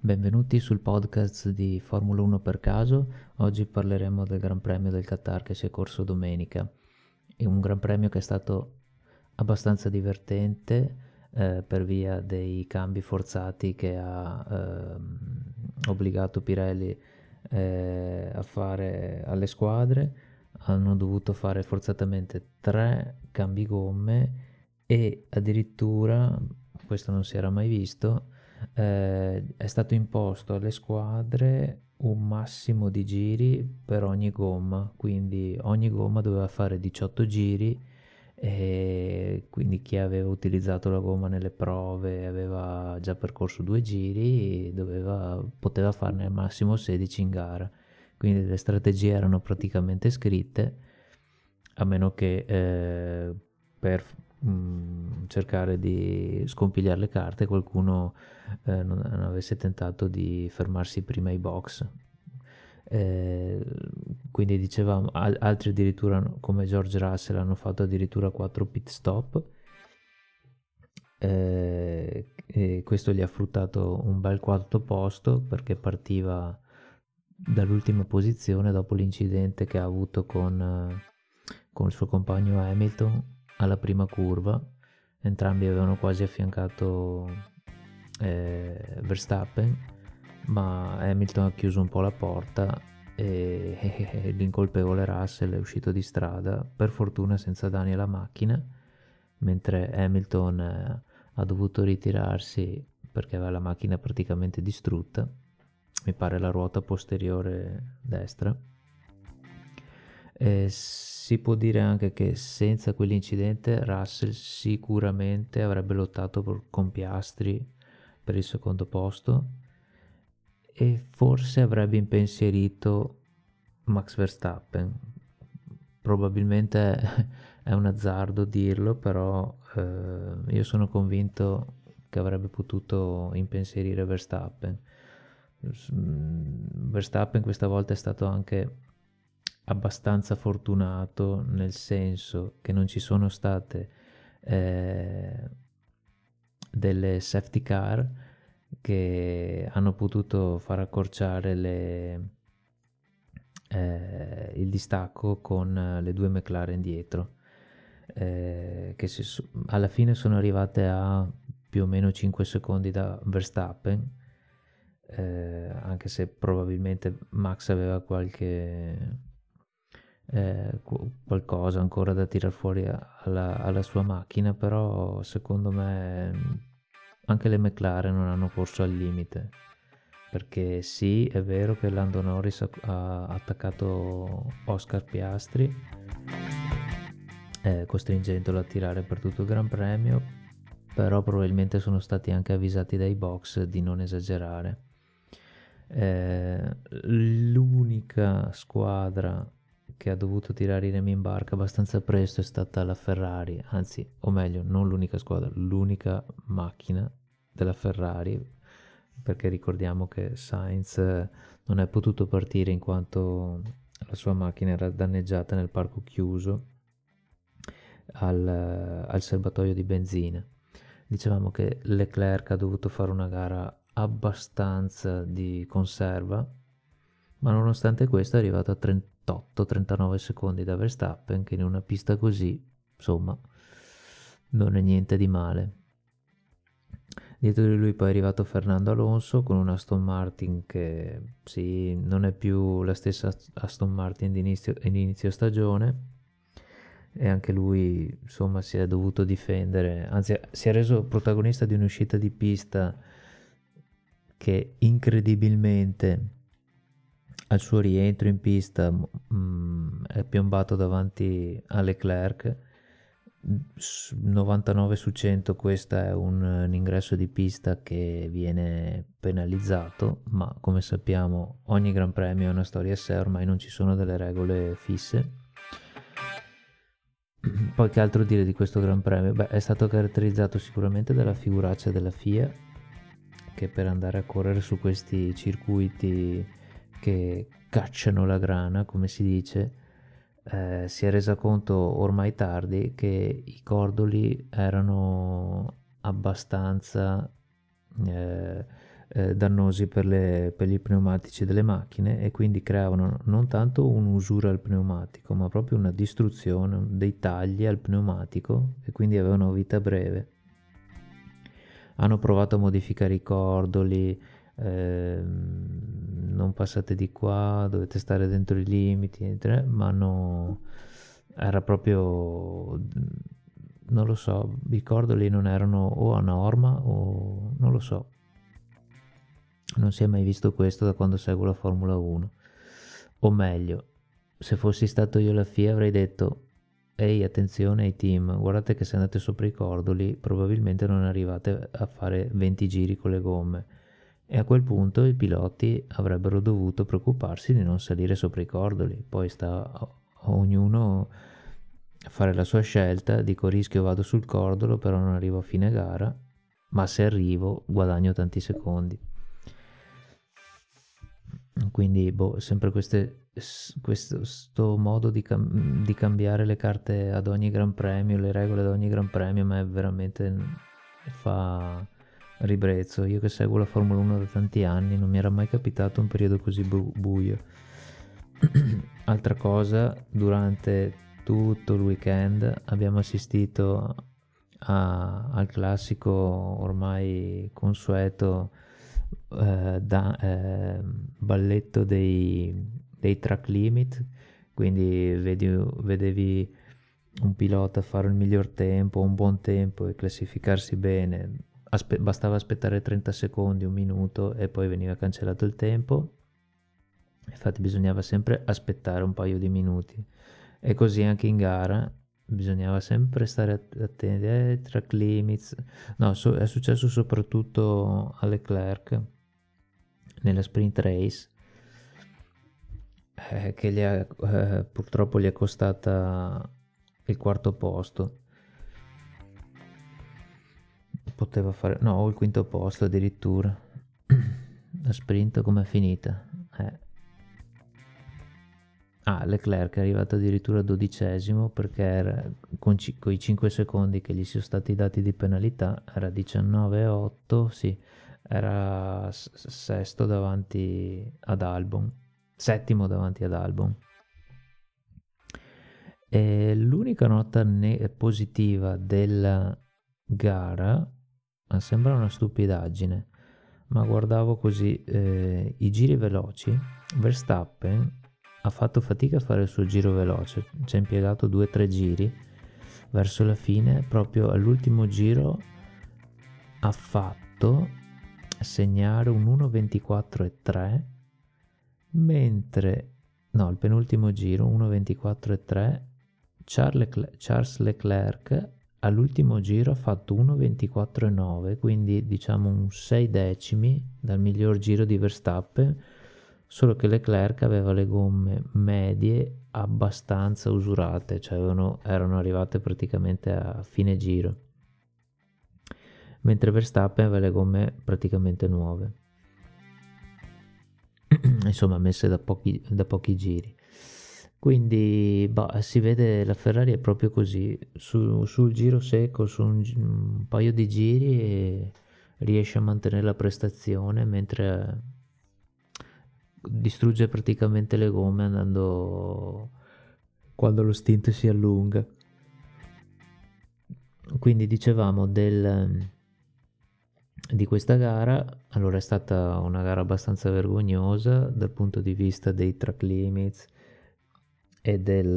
Benvenuti sul podcast di Formula 1 per caso. Oggi parleremo del Gran Premio del Qatar che si è corso domenica. È un Gran Premio che è stato abbastanza divertente per via dei cambi forzati che ha obbligato Pirelli a fare alle squadre. Hanno dovuto fare forzatamente 3 cambi gomme e addirittura, questo non si era mai visto, è stato imposto alle squadre un massimo di giri per ogni gomma, quindi ogni gomma doveva fare 18 giri e quindi chi aveva utilizzato la gomma nelle prove aveva già percorso 2 giri, poteva farne al massimo 16 in gara. Quindi le strategie erano praticamente scritte, a meno che per cercare di scompigliare le carte qualcuno non avesse tentato di fermarsi prima ai box. Eh, quindi dicevamo, altri addirittura come George Russell hanno fatto addirittura 4 pit stop, e questo gli ha fruttato un bel quarto posto perché partiva dall'ultima posizione dopo l'incidente che ha avuto con il suo compagno Hamilton alla prima curva. Entrambi avevano quasi affiancato Verstappen, ma Hamilton ha chiuso un po' la porta e l'incolpevole Russell è uscito di strada, per fortuna senza danni alla macchina, mentre Hamilton ha dovuto ritirarsi perché aveva la macchina praticamente distrutta, mi pare la ruota posteriore destra. Si può dire anche che senza quell'incidente Russell sicuramente avrebbe lottato con Piastri per il secondo posto e forse avrebbe impensierito Max Verstappen. Probabilmente è un azzardo dirlo, però io sono convinto che avrebbe potuto impensierire Verstappen. Verstappen questa volta è stato anche abbastanza fortunato, nel senso che non ci sono state eh, delle safety car che hanno potuto far accorciare il distacco con le due McLaren dietro, che alla fine sono arrivate a più o meno 5 secondi da Verstappen, anche se probabilmente Max aveva qualcosa ancora da tirar fuori alla sua macchina, però secondo me anche le McLaren non hanno corso al limite, perché sì, è vero che Lando Norris ha attaccato Oscar Piastri, costringendolo a tirare per tutto il Gran Premio, però probabilmente sono stati anche avvisati dai box di non esagerare. L'unica squadra che ha dovuto tirare i remi in barca abbastanza presto è stata la Ferrari, anzi, o meglio, non l'unica squadra, l'unica macchina della Ferrari, perché ricordiamo che Sainz non è potuto partire in quanto la sua macchina era danneggiata nel parco chiuso al serbatoio di benzina. Dicevamo che Leclerc ha dovuto fare una gara abbastanza di conserva, ma nonostante questo è arrivato a 38-39 secondi da Verstappen, che in una pista così, insomma, non è niente di male. Dietro di lui poi è arrivato Fernando Alonso con un Aston Martin che sì, non è più la stessa Aston Martin di inizio stagione, e anche lui insomma si è dovuto difendere, anzi si è reso protagonista di un'uscita di pista che incredibilmente al suo rientro in pista è piombato davanti a Leclerc. 99 su 100 questo è un ingresso di pista che viene penalizzato, ma come sappiamo ogni Gran Premio è una storia a sé, ormai non ci sono delle regole fisse. Poi che altro dire di questo Gran Premio? Beh, è stato caratterizzato sicuramente dalla figuraccia della FIA, che per andare a correre su questi circuiti che cacciano la grana, come si dice, si è resa conto ormai tardi che i cordoli erano abbastanza eh, dannosi per gli pneumatici delle macchine, e quindi creavano non tanto un'usura al pneumatico, ma proprio una distruzione, dei tagli al pneumatico, e quindi avevano vita breve. Hanno provato a modificare i cordoli, non passate di qua, dovete stare dentro i limiti, ma era proprio, non lo so, i cordoli non erano o a norma o non lo so. Non si è mai visto questo da quando seguo la Formula 1. O meglio, se fossi stato io alla FIA avrei detto: ehi, attenzione ai team, guardate che se andate sopra i cordoli probabilmente non arrivate a fare 20 giri con le gomme. E a quel punto i piloti avrebbero dovuto preoccuparsi di non salire sopra i cordoli. Poi sta a ognuno a fare la sua scelta. Dico, rischio, vado sul cordolo, però non arrivo a fine gara, ma se arrivo guadagno tanti secondi. Quindi sempre questo modo di cambiare le carte ad ogni Gran Premio, le regole ad ogni Gran Premio, ma è veramente, fa ribrezzo. Io che seguo la Formula 1 da tanti anni, non mi era mai capitato un periodo così buio. Altra cosa, durante tutto il weekend abbiamo assistito al classico ormai consueto balletto dei track limit. Quindi vedevi un pilota fare il miglior tempo, un buon tempo e classificarsi bene. Bastava aspettare 30 secondi, un minuto, e poi veniva cancellato il tempo. Infatti bisognava sempre aspettare un paio di minuti, e così anche in gara bisognava sempre stare attenti, track limits. No, è successo soprattutto a Leclerc nella sprint race, che purtroppo gli è costata il quarto posto. Poteva fare, no, o il quinto posto addirittura. La sprint com'è finita? Leclerc è arrivato addirittura 12° perché era, con i 5 secondi che gli sono stati dati di penalità, era 19,8, sì, era sesto davanti ad Albon, settimo davanti ad Albon. E l'unica nota positiva della gara, sembra una stupidaggine, ma guardavo così i giri veloci. Verstappen ha fatto fatica a fare il suo giro veloce, ci ha impiegato 2-3 giri. Verso la fine, proprio all'ultimo giro, ha fatto segnare un 1.24.3, mentre il penultimo giro 1.24.3. Charles Leclerc all'ultimo giro ha fatto 1.24.9, quindi diciamo un 6 decimi dal miglior giro di Verstappen, solo che Leclerc aveva le gomme medie abbastanza usurate, cioè erano arrivate praticamente a fine giro, mentre Verstappen aveva le gomme praticamente nuove, insomma messe da pochi giri. Quindi si vede, la Ferrari è proprio così, sul giro secco, su un paio di giri, e riesce a mantenere la prestazione, mentre distrugge praticamente le gomme andando quando lo stint si allunga. Quindi dicevamo di questa gara. Allora, è stata una gara abbastanza vergognosa dal punto di vista dei track limits e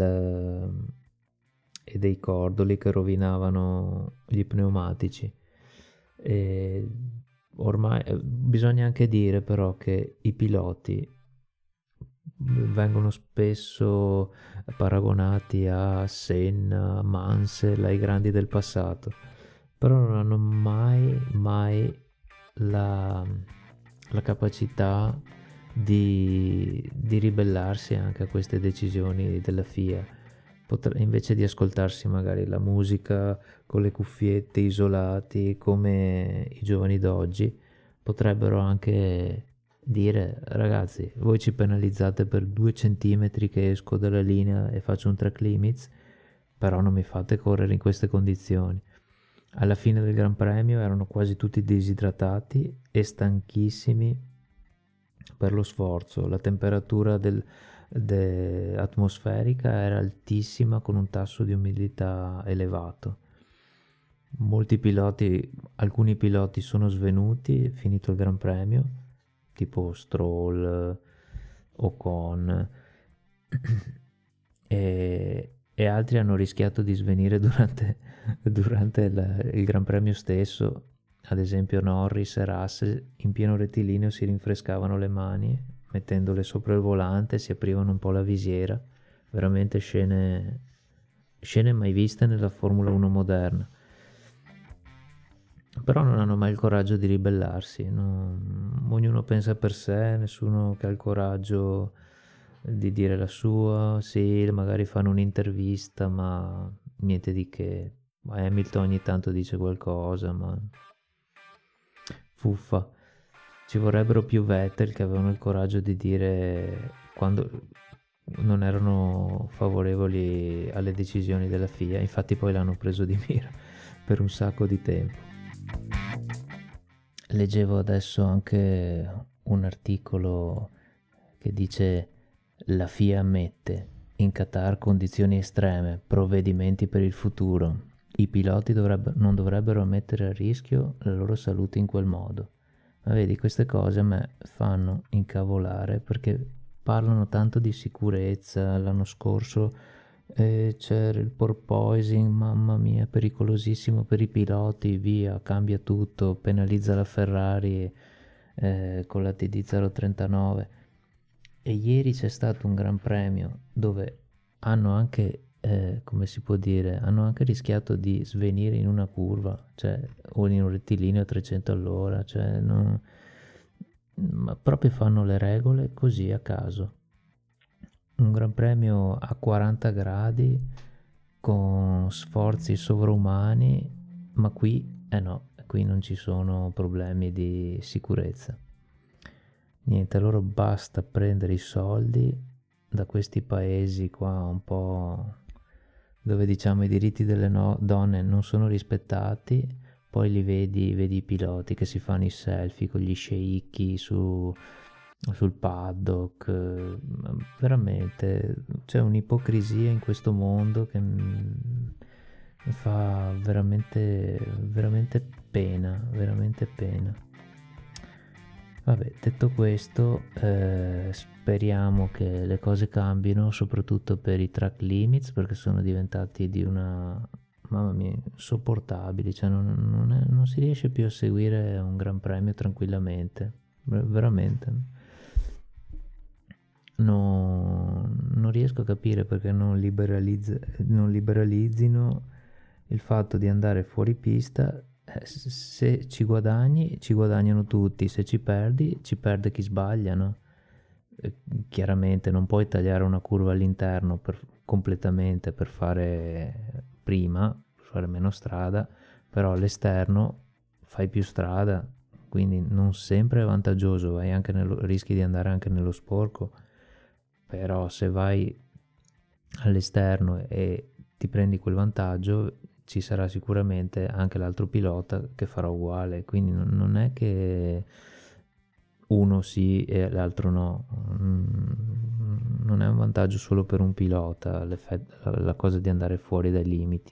dei cordoli che rovinavano gli pneumatici. E ormai bisogna anche dire però che i piloti vengono spesso paragonati a Senna, Mansell, ai grandi del passato, però non hanno mai la capacità di ribellarsi anche a queste decisioni della FIA. Invece di ascoltarsi magari la musica con le cuffiette, isolati come i giovani d'oggi, potrebbero anche dire: ragazzi, voi ci penalizzate per 2 centimetri che esco dalla linea e faccio un track limits, però non mi fate correre in queste condizioni. Alla fine del Gran Premio erano quasi tutti disidratati e stanchissimi per lo sforzo. La temperatura atmosferica era altissima con un tasso di umidità elevato. Alcuni piloti sono svenuti finito il Gran Premio, tipo Stroll, Ocon, e altri hanno rischiato di svenire durante il Gran Premio stesso. Ad esempio Norris e Russell in pieno rettilineo si rinfrescavano le mani mettendole sopra il volante, si aprivano un po' la visiera. Veramente scene mai viste nella Formula 1 moderna. Però non hanno mai il coraggio di ribellarsi, ognuno pensa per sé, nessuno che ha il coraggio di dire la sua. Sì, magari fanno un'intervista, ma niente di che. Hamilton ogni tanto dice qualcosa, ma fuffa. Ci vorrebbero più Vettel che avevano il coraggio di dire quando non erano favorevoli alle decisioni della FIA. Infatti poi l'hanno preso di mira per un sacco di tempo. Leggevo adesso anche un articolo che dice: la FIA ammette in Qatar condizioni estreme, provvedimenti per il futuro. I piloti non dovrebbero mettere a rischio la loro salute in quel modo. Ma vedi, queste cose a me fanno incavolare perché parlano tanto di sicurezza. L'anno scorso c'era il porpoising, mamma mia, pericolosissimo per i piloti, via, cambia tutto, penalizza la Ferrari con la TD039. E ieri c'è stato un gran premio dove hanno anche, come si può dire, hanno anche rischiato di svenire in una curva, cioè, o in un rettilineo a 300 all'ora, cioè, ma proprio fanno le regole così a caso. Un gran premio a 40 gradi con sforzi sovraumani, ma qui, no, qui non ci sono problemi di sicurezza. Niente, a loro basta prendere i soldi da questi paesi qua un po' dove diciamo i diritti delle donne non sono rispettati, poi vedi i piloti che si fanno i selfie con gli sceicchi sul paddock. Veramente c'è un'ipocrisia in questo mondo che mi fa veramente, veramente pena, veramente pena. Vabbè, detto questo, speriamo che le cose cambino, soprattutto per i track limits, perché sono diventati di una, mamma mia, insopportabili, cioè non si riesce più a seguire un gran premio tranquillamente, veramente. Non riesco a capire perché non liberalizzino il fatto di andare fuori pista. Se ci guadagni, ci guadagnano tutti, se ci perdi, ci perde chi sbaglia, no? Chiaramente non puoi tagliare una curva all'interno completamente per fare prima, per fare meno strada, però all'esterno fai più strada, quindi non sempre è vantaggioso, rischi di andare anche nello sporco. Però se vai all'esterno e ti prendi quel vantaggio, ci sarà sicuramente anche l'altro pilota che farà uguale, quindi non è che uno sì e l'altro no. Non è un vantaggio solo per un pilota la cosa di andare fuori dai limiti.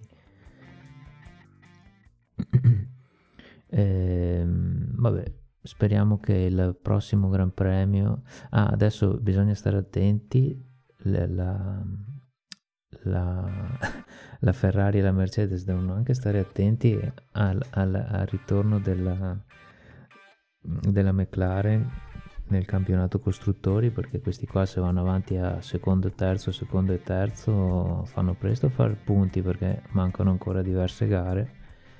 Vabbè, speriamo che il prossimo Gran Premio... adesso bisogna stare attenti. La Ferrari e la Mercedes devono anche stare attenti al ritorno della McLaren nel campionato costruttori, perché questi qua, se vanno avanti a secondo e terzo, fanno presto a fare punti, perché mancano ancora diverse gare.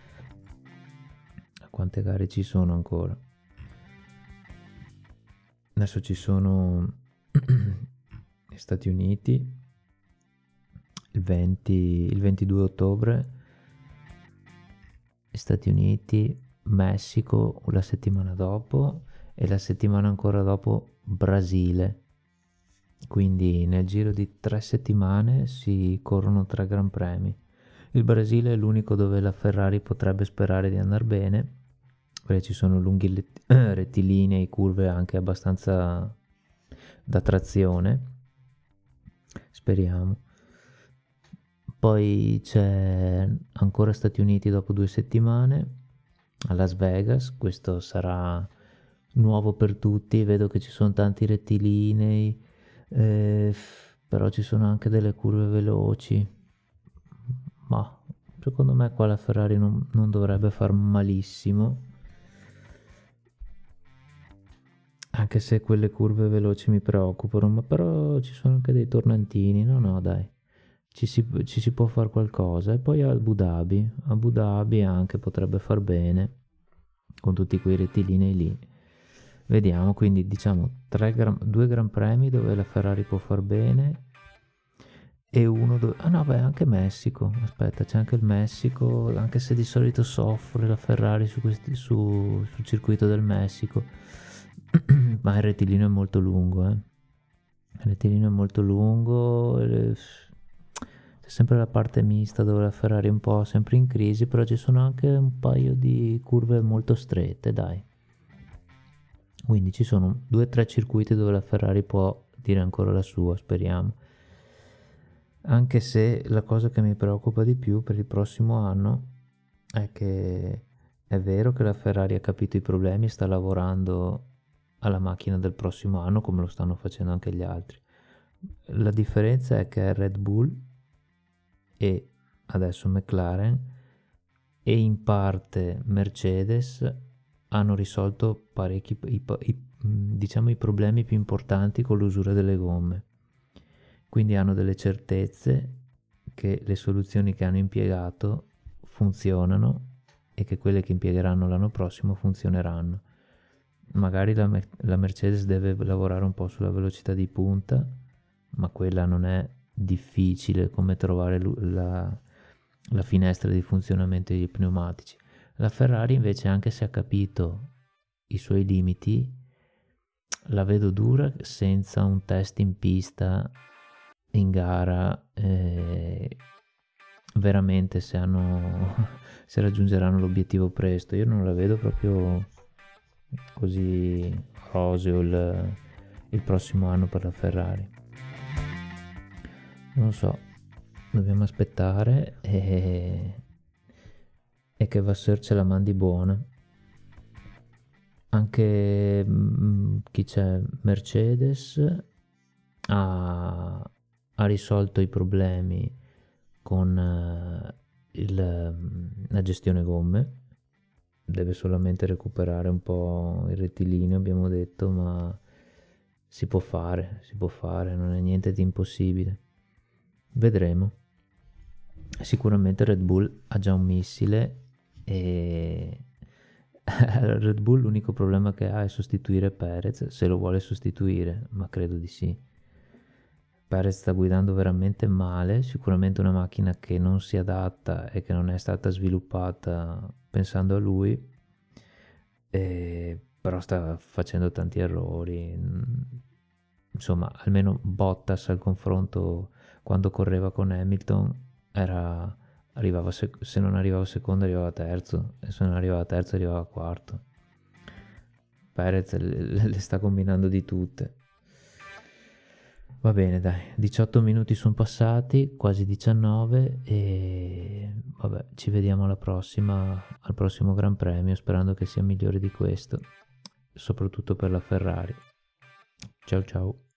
Quante gare ci sono ancora? Adesso ci sono gli Stati Uniti il 22 ottobre, Stati Uniti, Messico la settimana dopo e la settimana ancora dopo Brasile. Quindi nel giro di 3 settimane si corrono 3 Gran Premi. Il Brasile è l'unico dove la Ferrari potrebbe sperare di andare bene, perché ci sono lunghi rettilinei, curve anche abbastanza da trazione, speriamo. Poi c'è ancora Stati Uniti dopo 2 settimane, a Las Vegas, questo sarà nuovo per tutti, vedo che ci sono tanti rettilinei, però ci sono anche delle curve veloci, ma secondo me qua la Ferrari non dovrebbe far malissimo, anche se quelle curve veloci mi preoccupano, ma però ci sono anche dei tornantini, no dai, ci si può fare qualcosa. E poi Abu Dhabi anche potrebbe far bene, con tutti quei rettilinei lì. Vediamo, quindi diciamo 2 Gran Premi dove la Ferrari può far bene e uno dove... Ah no, beh, anche Messico, aspetta, c'è anche il Messico, anche se di solito soffre la Ferrari sul circuito del Messico, ma il rettilineo è molto lungo, Il rettilineo è molto lungo, c'è sempre la parte mista dove la Ferrari è un po' sempre in crisi, però ci sono anche un paio di curve molto strette, dai. Quindi ci sono 2 o 3 circuiti dove la Ferrari può dire ancora la sua, speriamo. Anche se la cosa che mi preoccupa di più per il prossimo anno è che è vero che la Ferrari ha capito i problemi e sta lavorando alla macchina del prossimo anno come lo stanno facendo anche gli altri. La differenza è che Red Bull e adesso McLaren e in parte Mercedes hanno risolto parecchi diciamo i problemi più importanti con l'usura delle gomme, quindi hanno delle certezze che le soluzioni che hanno impiegato funzionano e che quelle che impiegheranno l'anno prossimo funzioneranno. Magari la Mercedes deve lavorare un po' sulla velocità di punta, ma quella non è difficile come trovare la finestra di funzionamento dei pneumatici. La Ferrari invece, anche se ha capito i suoi limiti, la vedo dura senza un test in pista, in gara, veramente se raggiungeranno l'obiettivo presto. Io non la vedo proprio così roseo il prossimo anno per la Ferrari. Non so, dobbiamo aspettare e che Vasseur ce la mandi buona. Anche chi c'è, Mercedes ha risolto i problemi con la gestione gomme, deve solamente recuperare un po' il rettilineo, abbiamo detto, ma si può fare, non è niente di impossibile. Vedremo. Sicuramente Red Bull ha già un missile e Red Bull l'unico problema che ha è sostituire Perez, se lo vuole sostituire, ma credo di sì. Perez sta guidando veramente male, sicuramente una macchina che non si adatta e che non è stata sviluppata pensando a lui, però sta facendo tanti errori. Insomma, almeno Bottas al confronto quando correva con Hamilton arrivava se non arrivava secondo arrivava terzo, e se non arrivava terzo arrivava quarto. Perez le sta combinando di tutte. Va bene, dai, 18 minuti sono passati, quasi 19 e vabbè, ci vediamo alla prossima, al prossimo Gran Premio, sperando che sia migliore di questo, soprattutto per la Ferrari. Ciao ciao.